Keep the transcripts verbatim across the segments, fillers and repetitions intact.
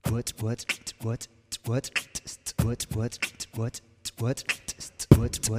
what what what what what what what what what what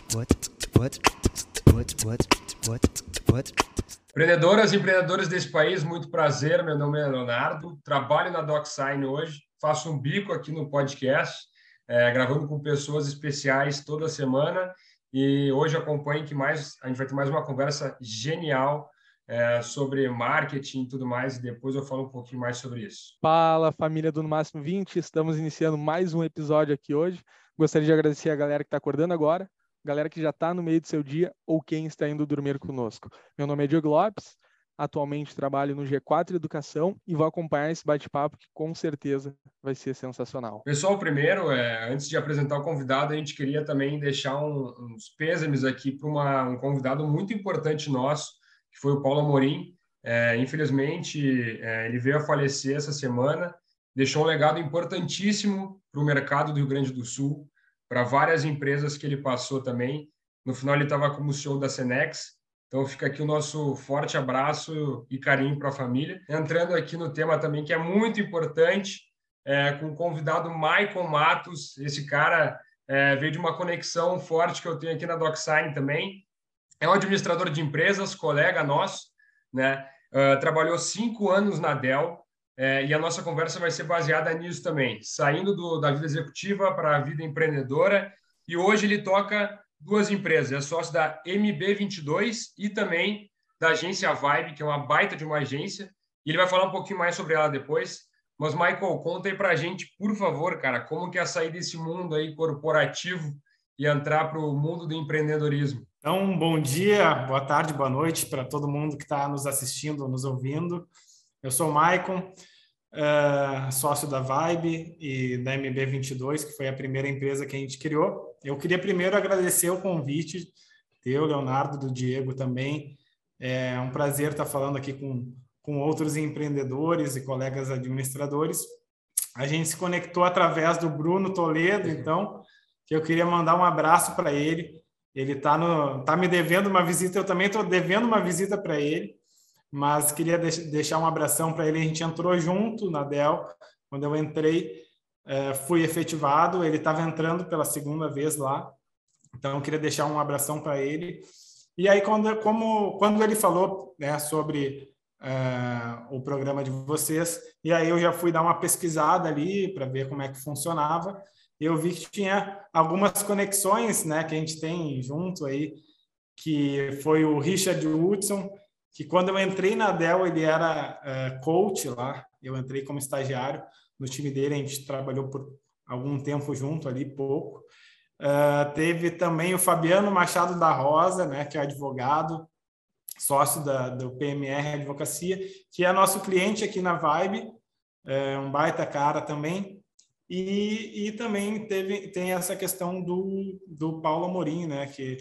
what what what what Empreendedoras e empreendedores desse país, muito prazer, meu nome é Leonardo, trabalho na DocSign hoje, faço um bico aqui no podcast, é, gravando com pessoas especiais toda semana, e hoje acompanhe que mais, a gente vai ter mais uma conversa genial é, sobre marketing e tudo mais, e depois eu falo um pouquinho mais sobre isso. Fala, família do No Máximo vinte, estamos iniciando mais um episódio aqui hoje. Gostaria de agradecer a galera que está acordando agora, galera que já está no meio do seu dia ou quem está indo dormir conosco. Meu nome é Diego Lopes, atualmente trabalho no G quatro Educação e vou acompanhar esse bate-papo que com certeza vai ser sensacional. Pessoal, primeiro, é, antes de apresentar o convidado, a gente queria também deixar um, uns pêsames aqui para um convidado muito importante nosso, que foi o Paulo Amorim. É, infelizmente, é, ele veio a falecer essa semana, deixou um legado importantíssimo para o mercado do Rio Grande do Sul, para várias empresas que ele passou também. No final, ele estava como C E O da Cenex. Então, fica aqui o nosso forte abraço e carinho para a família. Entrando aqui no tema também, que é muito importante, é, com o convidado Maicon Matos. Esse cara é, veio de uma conexão forte que eu tenho aqui na DocSign também. É um administrador de empresas, colega nosso, né? Uh, trabalhou cinco anos na Dell, é, e a nossa conversa vai ser baseada nisso também, saindo do, da vida executiva para a vida empreendedora, e hoje ele toca duas empresas, é sócio da M B vinte e dois e também da agência Vibe, que é uma baita de uma agência, e ele vai falar um pouquinho mais sobre ela depois. Mas, Michael, conta aí para a gente, por favor, cara, como que é sair desse mundo aí corporativo e entrar para o mundo do empreendedorismo. Então, bom dia, boa tarde, boa noite para todo mundo que está nos assistindo, nos ouvindo. Eu sou o Maicon, uh, sócio da Vibe e da M B vinte e dois, que foi a primeira empresa que a gente criou. Eu queria primeiro agradecer o convite teu, Leonardo, do Diego também. É um prazer estar falando aqui com, com outros empreendedores e colegas administradores. A gente se conectou através do Bruno Toledo, então, que eu queria mandar um abraço para ele. Ele está tá me devendo uma visita, eu também estou devendo uma visita para ele, mas queria deix, deixar um abração para ele. A gente entrou junto na Dell, quando eu entrei, uh, fui efetivado, ele estava entrando pela segunda vez lá, então eu queria deixar um abração para ele. E aí, quando, como, quando ele falou, né, sobre uh, o programa de vocês, e aí eu já fui dar uma pesquisada ali para ver como é que funcionava. Eu vi que tinha algumas conexões, né, que a gente tem junto aí, que foi o Richard Woodson, que quando eu entrei na Dell, ele era uh, coach lá, eu entrei como estagiário no time dele, a gente trabalhou por algum tempo junto ali, pouco. Uh, teve também o Fabiano Machado da Rosa, né, que é advogado, sócio da, do P M R Advocacia, que é nosso cliente aqui na Vibe, é um baita cara também. E, e também teve, tem essa questão do, do Paulo Amorim, né, que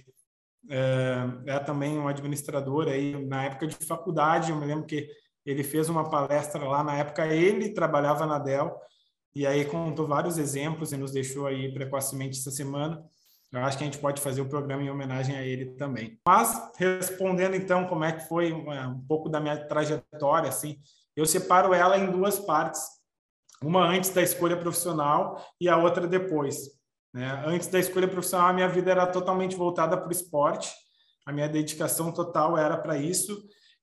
é, é também um administrador aí. Na época de faculdade, eu me lembro que ele fez uma palestra lá, na época ele trabalhava na Dell, e aí contou vários exemplos e nos deixou aí precocemente essa semana. Eu acho que a gente pode fazer o programa em homenagem a ele também. Mas, respondendo então como é que foi um, um pouco da minha trajetória, assim, eu separo ela em duas partes. Uma antes da escolha profissional e a outra depois, né? Antes da escolha profissional, a minha vida era totalmente voltada para o esporte, a minha dedicação total era para isso,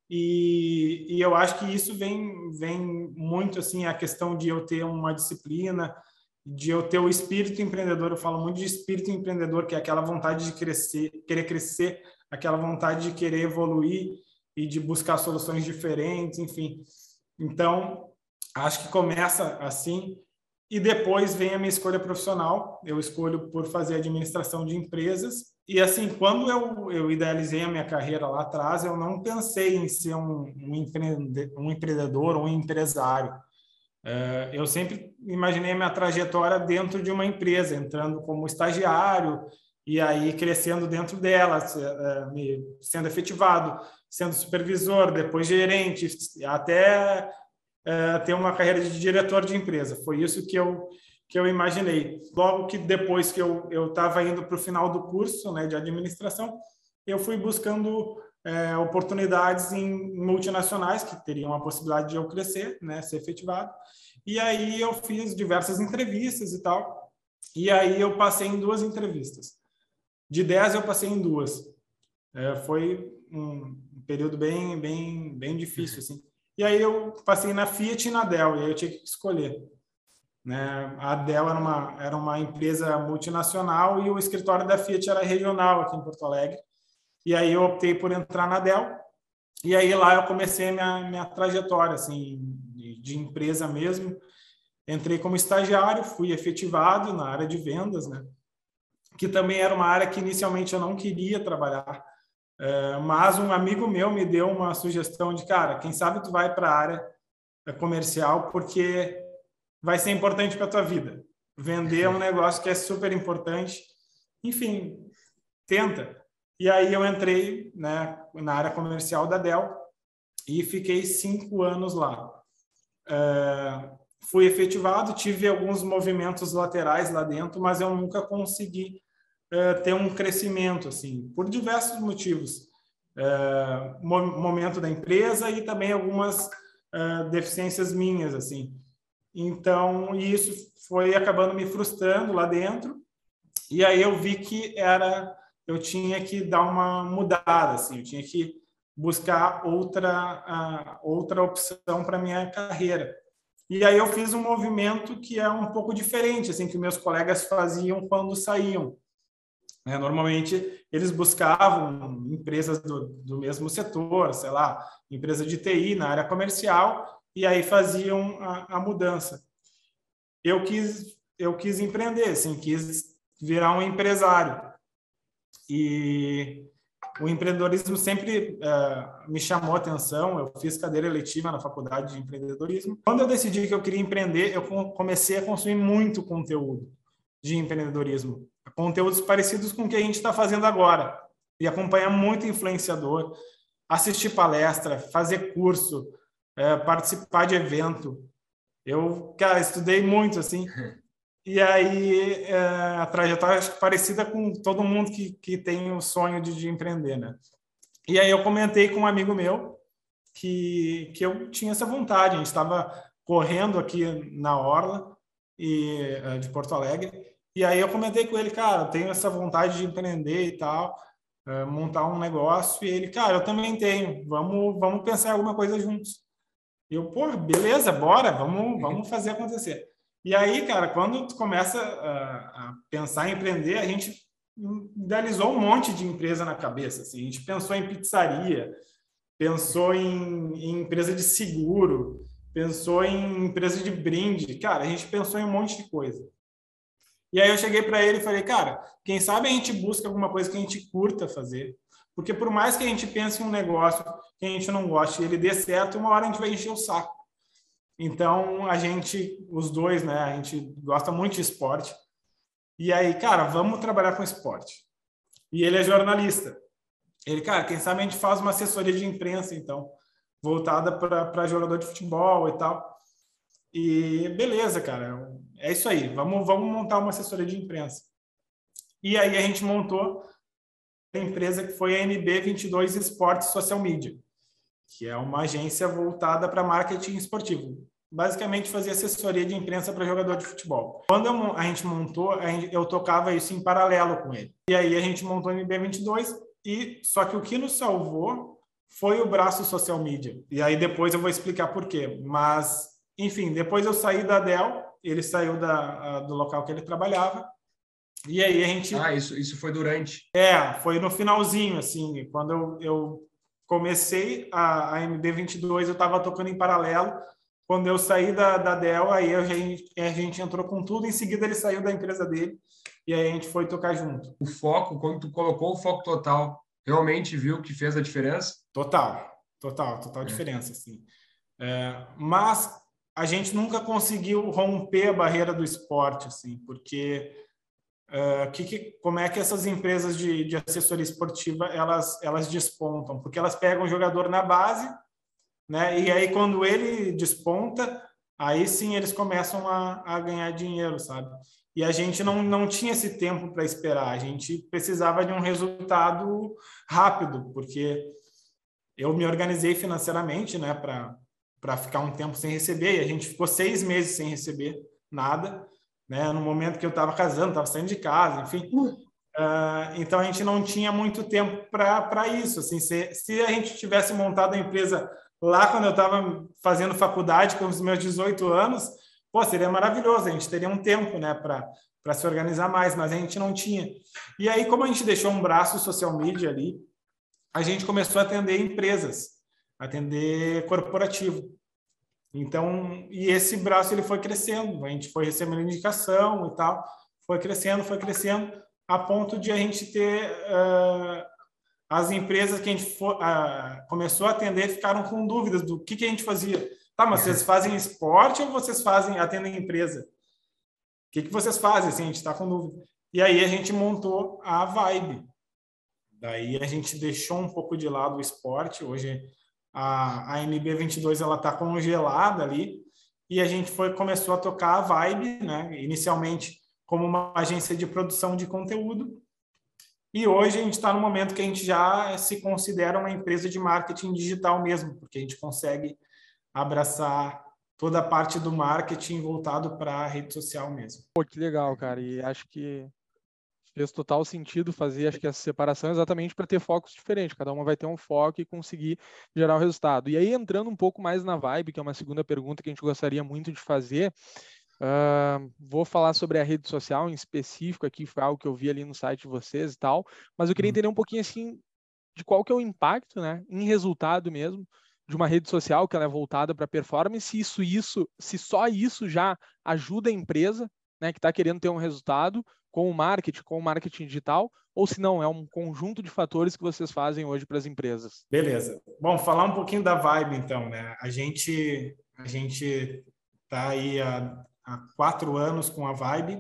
e, e eu acho que isso vem, vem muito, assim, a questão de eu ter uma disciplina, de eu ter o espírito empreendedor. Eu falo muito de espírito empreendedor, que é aquela vontade de crescer, querer crescer, aquela vontade de querer evoluir e de buscar soluções diferentes, enfim. Então, acho que começa assim, e depois vem a minha escolha profissional. Eu escolho por fazer administração de empresas. E assim, quando eu, eu idealizei a minha carreira lá atrás, eu não pensei em ser um, um, empreende, um empreendedor ou um empresário. Uh, eu sempre imaginei a minha trajetória dentro de uma empresa, entrando como estagiário e aí crescendo dentro dela, uh, me, sendo efetivado, sendo supervisor, depois gerente, até Uh, ter uma carreira de diretor de empresa. Foi isso que eu, que eu imaginei. Logo que depois que eu estava indo para o final do curso, né, de administração, eu fui buscando é, oportunidades em multinacionais que teriam a possibilidade de eu crescer, né, ser efetivado. E aí eu fiz diversas entrevistas e tal. E aí eu passei em duas entrevistas. De dez eu passei em duas. É, foi um período bem, bem, bem difícil, assim. E aí eu passei na Fiat e na Dell, e aí eu tinha que escolher. Né? A Dell era uma, era uma empresa multinacional e o escritório da Fiat era regional aqui em Porto Alegre. E aí eu optei por entrar na Dell. E aí lá eu comecei a minha, minha trajetória, assim, de, de empresa mesmo. Entrei como estagiário, fui efetivado na área de vendas, né? Que também era uma área que inicialmente eu não queria trabalhar. É, mas um amigo meu me deu uma sugestão de, cara, quem sabe tu vai para a área comercial porque vai ser importante para a tua vida. Vender é um negócio que é super importante. Enfim, tenta. E aí eu entrei, né, na área comercial da Dell e fiquei cinco anos lá. É, fui efetivado, tive alguns movimentos laterais lá dentro, mas eu nunca consegui é, ter um crescimento, assim, por diversos motivos. É, momento da empresa e também algumas é, deficiências minhas, assim. Então, isso foi acabando me frustrando lá dentro. E aí eu vi que era, eu tinha que dar uma mudada, assim, eu tinha que buscar outra, uh, outra opção para minha carreira. E aí eu fiz um movimento que é um pouco diferente, assim, que meus colegas faziam quando saíam. É, normalmente, eles buscavam empresas do, do mesmo setor, sei lá, empresa de T I na área comercial, e aí faziam a, a mudança. Eu quis, eu quis empreender, assim, quis virar um empresário. E o empreendedorismo sempre uh, me chamou a atenção. Eu fiz cadeira eletiva na faculdade de empreendedorismo. Quando eu decidi que eu queria empreender, eu comecei a consumir muito conteúdo de empreendedorismo. Conteúdos parecidos com o que a gente está fazendo agora. E acompanhar muito influenciador, assistir palestra, fazer curso, uh, participar de evento. Eu, cara, estudei muito, assim. E aí, é, a trajetória acho que parecida com todo mundo que, que tem o sonho de, de empreender, né? E aí eu comentei com um amigo meu que, que eu tinha essa vontade. A gente estava correndo aqui na Orla e, de Porto Alegre. E aí eu comentei com ele, cara, eu tenho essa vontade de empreender e tal, é, montar um negócio. E ele, cara, eu também tenho. Vamos, vamos pensar em alguma coisa juntos. E eu, pô, beleza, bora, vamos, vamos fazer acontecer. E aí, cara, quando tu começa a, a pensar em empreender, a gente idealizou um monte de empresa na cabeça. Assim. A gente pensou em pizzaria, pensou em, em empresa de seguro, pensou em empresa de brinde. Cara, a gente pensou em um monte de coisa. E aí eu cheguei para ele e falei, cara, quem sabe a gente busca alguma coisa que a gente curta fazer. Porque por mais que a gente pense em um negócio que a gente não goste e ele dê certo, uma hora a gente vai encher o saco. Então, a gente, os dois, né, a gente gosta muito de esporte. E aí, cara, vamos trabalhar com esporte. E ele é jornalista. Ele, cara, quem sabe a gente faz uma assessoria de imprensa, então, voltada para jogador de futebol e tal. E beleza, cara, é isso aí. Vamos, vamos montar uma assessoria de imprensa. E aí a gente montou a empresa que foi a N B vinte e dois Esportes Social Media, que é uma agência voltada para marketing esportivo. Basicamente, fazia assessoria de imprensa para jogador de futebol. Quando eu, a gente montou, a gente, eu tocava isso em paralelo com ele. E aí a gente montou a N B vinte e dois, e, só que o que nos salvou foi o braço social media. E aí depois eu vou explicar por quê. Mas, enfim, depois eu saí da Dell, ele saiu da, do local que ele trabalhava, e aí a gente... Ah, isso, isso foi durante? É, foi no finalzinho, assim, quando eu... eu comecei a, a N B vinte e dois, eu estava tocando em paralelo. Quando eu saí da, da Dell, aí a gente, a gente entrou com tudo. Em seguida, ele saiu da empresa dele e aí a gente foi tocar junto. O foco, quando tu colocou o foco total, realmente viu que fez a diferença? Total, total, total é. diferença, assim. É, mas a gente nunca conseguiu romper a barreira do esporte, assim, porque... Uh, que, que, como é que essas empresas de, de assessoria esportiva elas, elas despontam? Porque elas pegam o jogador na base, né? E aí quando ele desponta, aí sim eles começam a, a ganhar dinheiro, sabe? E a gente não, não tinha esse tempo para esperar, a gente precisava de um resultado rápido, porque eu me organizei financeiramente, né, para para ficar um tempo sem receber, e a gente ficou seis meses sem receber nada, né, no momento que eu estava casando, estava saindo de casa, enfim. Uh, então, a gente não tinha muito tempo para isso. Assim, se, se a gente tivesse montado a empresa lá quando eu estava fazendo faculdade, com os meus dezoito anos, pô, seria maravilhoso, a gente teria um tempo, né, para se organizar mais, mas a gente não tinha. E aí, como a gente deixou um braço social media ali, a gente começou a atender empresas, atender corporativo. Então, e esse braço ele foi crescendo, a gente foi recebendo indicação e tal, foi crescendo, foi crescendo, a ponto de a gente ter uh, as empresas que a gente for, uh, começou a atender ficaram com dúvidas do que, que a gente fazia. Tá, mas vocês fazem esporte ou vocês fazem atendem empresa? O que, que vocês fazem? Assim, a gente está com dúvida. E aí a gente montou a Vibe. Daí a gente deixou um pouco de lado o esporte. Hoje a, a M B vinte e dois ela está congelada ali e a gente foi começou a tocar a Vibe, né? Inicialmente como uma agência de produção de conteúdo. E hoje a gente está no momento que a gente já se considera uma empresa de marketing digital mesmo, porque a gente consegue abraçar toda a parte do marketing voltado para a rede social mesmo. Pô, que legal, cara. E acho que fez total sentido fazer acho que essa separação exatamente para ter focos diferentes. Cada uma vai ter um foco e conseguir gerar o resultado. E aí, entrando um pouco mais na Vibe, que é uma segunda pergunta que a gente gostaria muito de fazer, uh, vou falar sobre a rede social em específico aqui, foi algo que eu vi ali no site de vocês e tal, mas eu queria entender um pouquinho assim de qual que é o impacto, né, em resultado mesmo, de uma rede social que ela é voltada para performance, se isso, isso, se só isso já ajuda a empresa, né, que está querendo ter um resultado com o marketing, com o marketing digital, ou se não, é um conjunto de fatores que vocês fazem hoje para as empresas. Beleza. Bom, falar um pouquinho da Vibe, então, né? A gente a gente está aí há, há quatro anos com a Vibe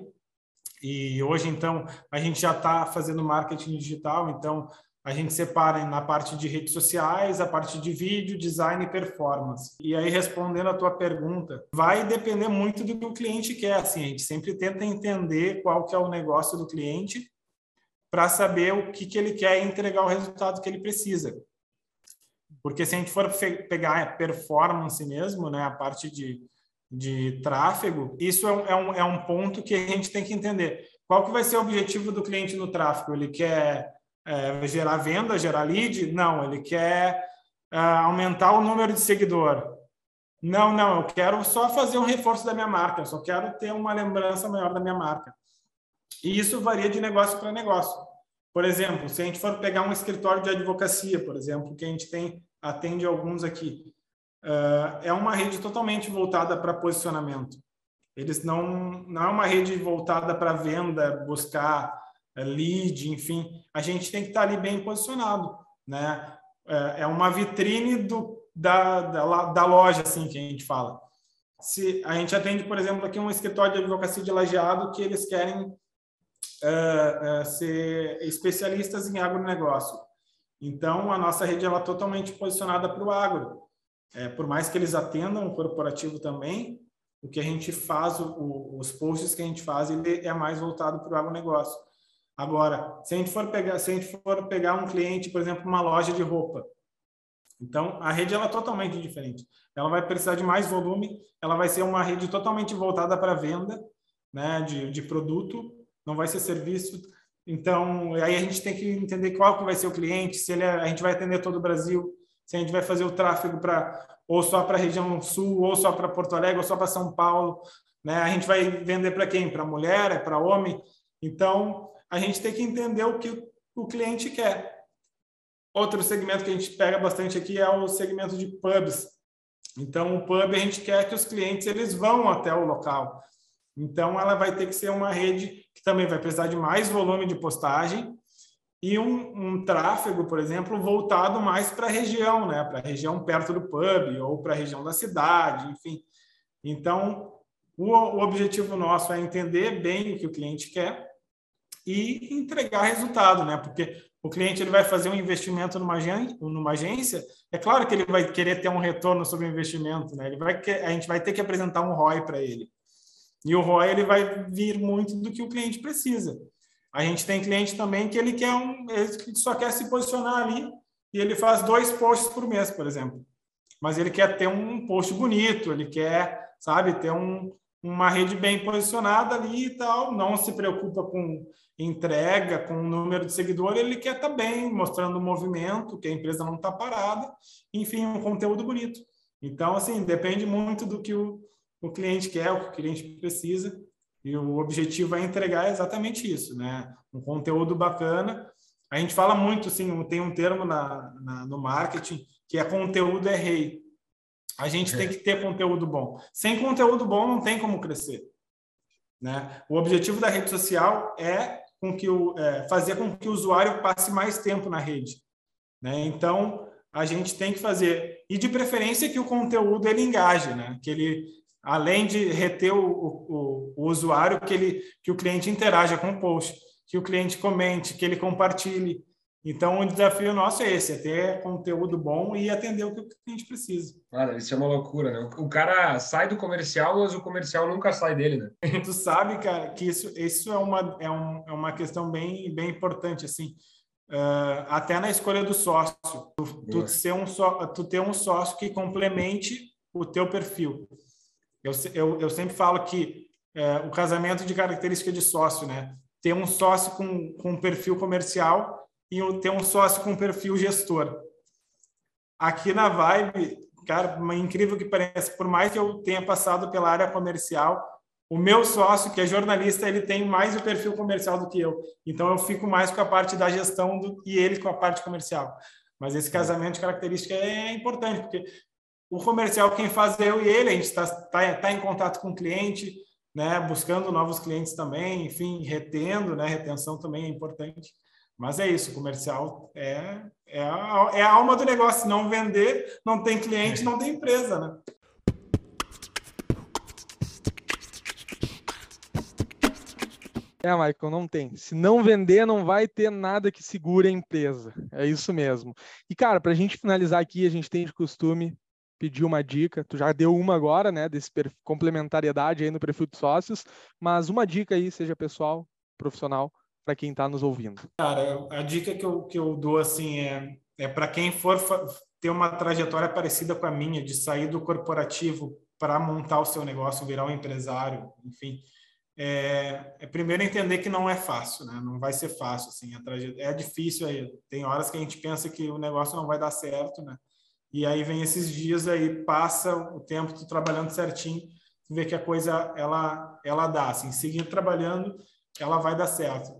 e hoje, então, a gente já está fazendo marketing digital, então a gente separa na parte de redes sociais, a parte de vídeo, design e performance. E aí, respondendo a tua pergunta, vai depender muito do que o cliente quer. Assim, a gente sempre tenta entender qual que é o negócio do cliente para saber o que, que ele quer e entregar o resultado que ele precisa. Porque se a gente for pegar a performance mesmo, né, a parte de, de tráfego, isso é um, é, um, é um ponto que a gente tem que entender. Qual que vai ser o objetivo do cliente no tráfego? Ele quer... É, gerar venda, gerar lead? Não, ele quer uh, aumentar o número de seguidor. Não, não, eu quero só fazer um reforço da minha marca, eu só quero ter uma lembrança maior da minha marca. E isso varia de negócio para negócio. Por exemplo, se a gente for pegar um escritório de advocacia, por exemplo, que a gente tem, atende alguns aqui, uh, é uma rede totalmente voltada para posicionamento. Eles não, não é uma rede voltada para venda, buscar lead, enfim, a gente tem que estar ali bem posicionado, né? É uma vitrine do, da, da, da loja, assim, que a gente fala. Se a gente atende, por exemplo, aqui um escritório de advocacia de Lajeado que eles querem uh, uh, ser especialistas em agronegócio. Então, a nossa rede ela é totalmente posicionada para o agro. É, por mais que eles atendam o corporativo também, o que a gente faz, o, o, os posts que a gente faz, ele é mais voltado para o agronegócio. Agora, se a gente for pegar, se a gente for pegar um cliente, por exemplo, uma loja de roupa, então a rede ela é totalmente diferente. Ela vai precisar de mais volume, ela vai ser uma rede totalmente voltada para venda, né, de, de produto, não vai ser serviço. Então, aí a gente tem que entender qual que vai ser o cliente, se ele é, a gente vai atender todo o Brasil, se a gente vai fazer o tráfego para ou só para a região sul, ou só para Porto Alegre, ou só para São Paulo, né? A gente vai vender para quem? Para mulher, é para homem? Então, a gente tem que entender o que o cliente quer. Outro segmento que a gente pega bastante aqui é o segmento de pubs. Então, o pub, a gente quer que os clientes eles vão até o local. Então, ela vai ter que ser uma rede que também vai precisar de mais volume de postagem e um, um tráfego, por exemplo, voltado mais para a região, né? Para a região perto do pub ou para a região da cidade, enfim. Então, o, o objetivo nosso é entender bem o que o cliente quer e entregar resultado, né? Porque o cliente ele vai fazer um investimento numa agência, numa agência, é claro que ele vai querer ter um retorno sobre o investimento, né? Ele vai, a gente vai ter que apresentar um R O I para ele. E o R O I ele vai vir muito do que o cliente precisa. A gente tem cliente também que ele quer um, ele só quer se posicionar ali e ele faz dois posts por mês, por exemplo. Mas ele quer ter um post bonito, ele quer, sabe, ter um, uma rede bem posicionada ali e tal, não se preocupa com entrega, com o número de seguidores, ele quer estar bem, mostrando o movimento, que a empresa não está parada, enfim, um conteúdo bonito. Então, assim, depende muito do que o, o cliente quer, o que o cliente precisa, e o objetivo é entregar exatamente isso, né? Um conteúdo bacana. A gente fala muito, assim, tem um termo na, na, no marketing que é conteúdo é rei. A gente é. tem que ter conteúdo bom. Sem conteúdo bom não tem como crescer, né? O objetivo da rede social é, com que o, é fazer com que o usuário passe mais tempo na rede, né? Então, a gente tem que fazer, e de preferência que o conteúdo ele engaje, né? Que ele, além de reter o, o, o usuário, que, ele, que o cliente interaja com o post, que o cliente comente, que ele compartilhe. Então, o desafio nosso é esse, é ter conteúdo bom e atender o que o cliente precisa. Cara, isso é uma loucura, né? O cara sai do comercial, mas o comercial nunca sai dele, né? Tu sabe, cara, que isso, isso é, uma, é, um, é uma questão bem, bem importante, assim, uh, até na escolha do sócio. Tu, tu, ser um só, tu ter um sócio que complemente o teu perfil. Eu, eu, eu sempre falo que uh, o casamento de característica de sócio, né? Ter um sócio com, com um perfil comercial e ter um sócio com perfil gestor. Aqui na Vibe, cara, incrível que pareça, por mais que eu tenha passado pela área comercial, o meu sócio, que é jornalista, ele tem mais o perfil comercial do que eu. Então, eu fico mais com a parte da gestão do, e ele com a parte comercial. Mas esse casamento de característica é importante, porque o comercial, quem faz é eu e ele, a gente está tá, tá em contato com o cliente, né, buscando novos clientes também, enfim, retendo, né, retenção também é importante. Mas é isso, o comercial é, é, a, é a alma do negócio. Se não vender, não tem cliente, não tem empresa, né? É, Michael, não tem. Se não vender, não vai ter nada que segure a empresa. É isso mesmo. E, cara, para a gente finalizar aqui, a gente tem de costume pedir uma dica. Tu já deu uma agora, né, desse perfil, complementariedade aí no perfil de sócios, mas uma dica aí, seja pessoal, profissional, para quem está nos ouvindo. Cara, a dica que eu, que eu dou assim é, é para quem for ter uma trajetória parecida com a minha, de sair do corporativo para montar o seu negócio, virar um empresário, enfim, é, é primeiro entender que não é fácil, né? Não vai ser fácil, assim, a trajetória, é difícil aí. Tem horas que a gente pensa que o negócio não vai dar certo, né? E aí vem esses dias aí, passa o tempo tu trabalhando certinho, tu vê que a coisa ela ela dá, assim, seguir trabalhando, ela vai dar certo.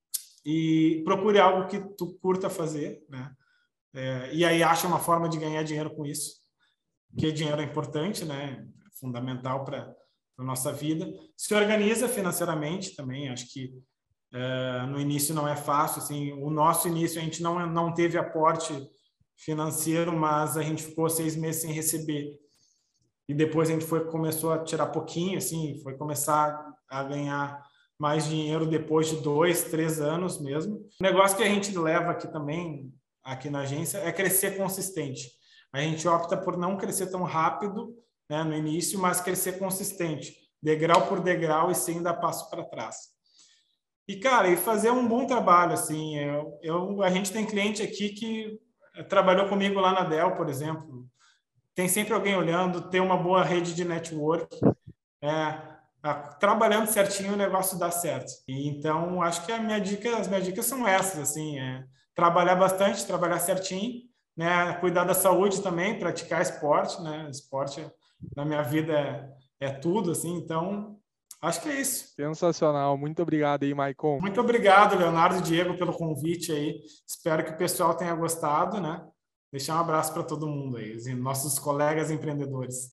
E procure algo que tu curta fazer, né? É, e aí acha uma forma de ganhar dinheiro com isso, porque dinheiro é importante, né? É fundamental para a nossa vida. Se organiza financeiramente também, acho que é, no início não é fácil, assim, o nosso início a gente não, não teve aporte financeiro, mas a gente ficou seis meses sem receber. E depois a gente foi, começou a tirar pouquinho, assim, foi começar a ganhar mais dinheiro depois de dois, três anos mesmo. O negócio que a gente leva aqui também, aqui na agência, é crescer consistente. A gente opta por não crescer tão rápido, né, no início, mas crescer consistente, degrau por degrau e sem dar passo para trás. E, cara, e fazer um bom trabalho, assim, eu, eu, a gente tem cliente aqui que trabalhou comigo lá na Dell, por exemplo, tem sempre alguém olhando, tem uma boa rede de network, é, trabalhando certinho o negócio dá certo. E então acho que a minha dica, as minhas dicas são essas, assim, é trabalhar bastante, trabalhar certinho, né, cuidar da saúde também, praticar esporte, né, esporte na minha vida é, é tudo, assim, então acho que é isso. Sensacional, muito obrigado aí, Maicon. Muito obrigado, Leonardo e Diego, pelo convite aí, espero que o pessoal tenha gostado, né, deixar um abraço para todo mundo aí, os nossos colegas empreendedores.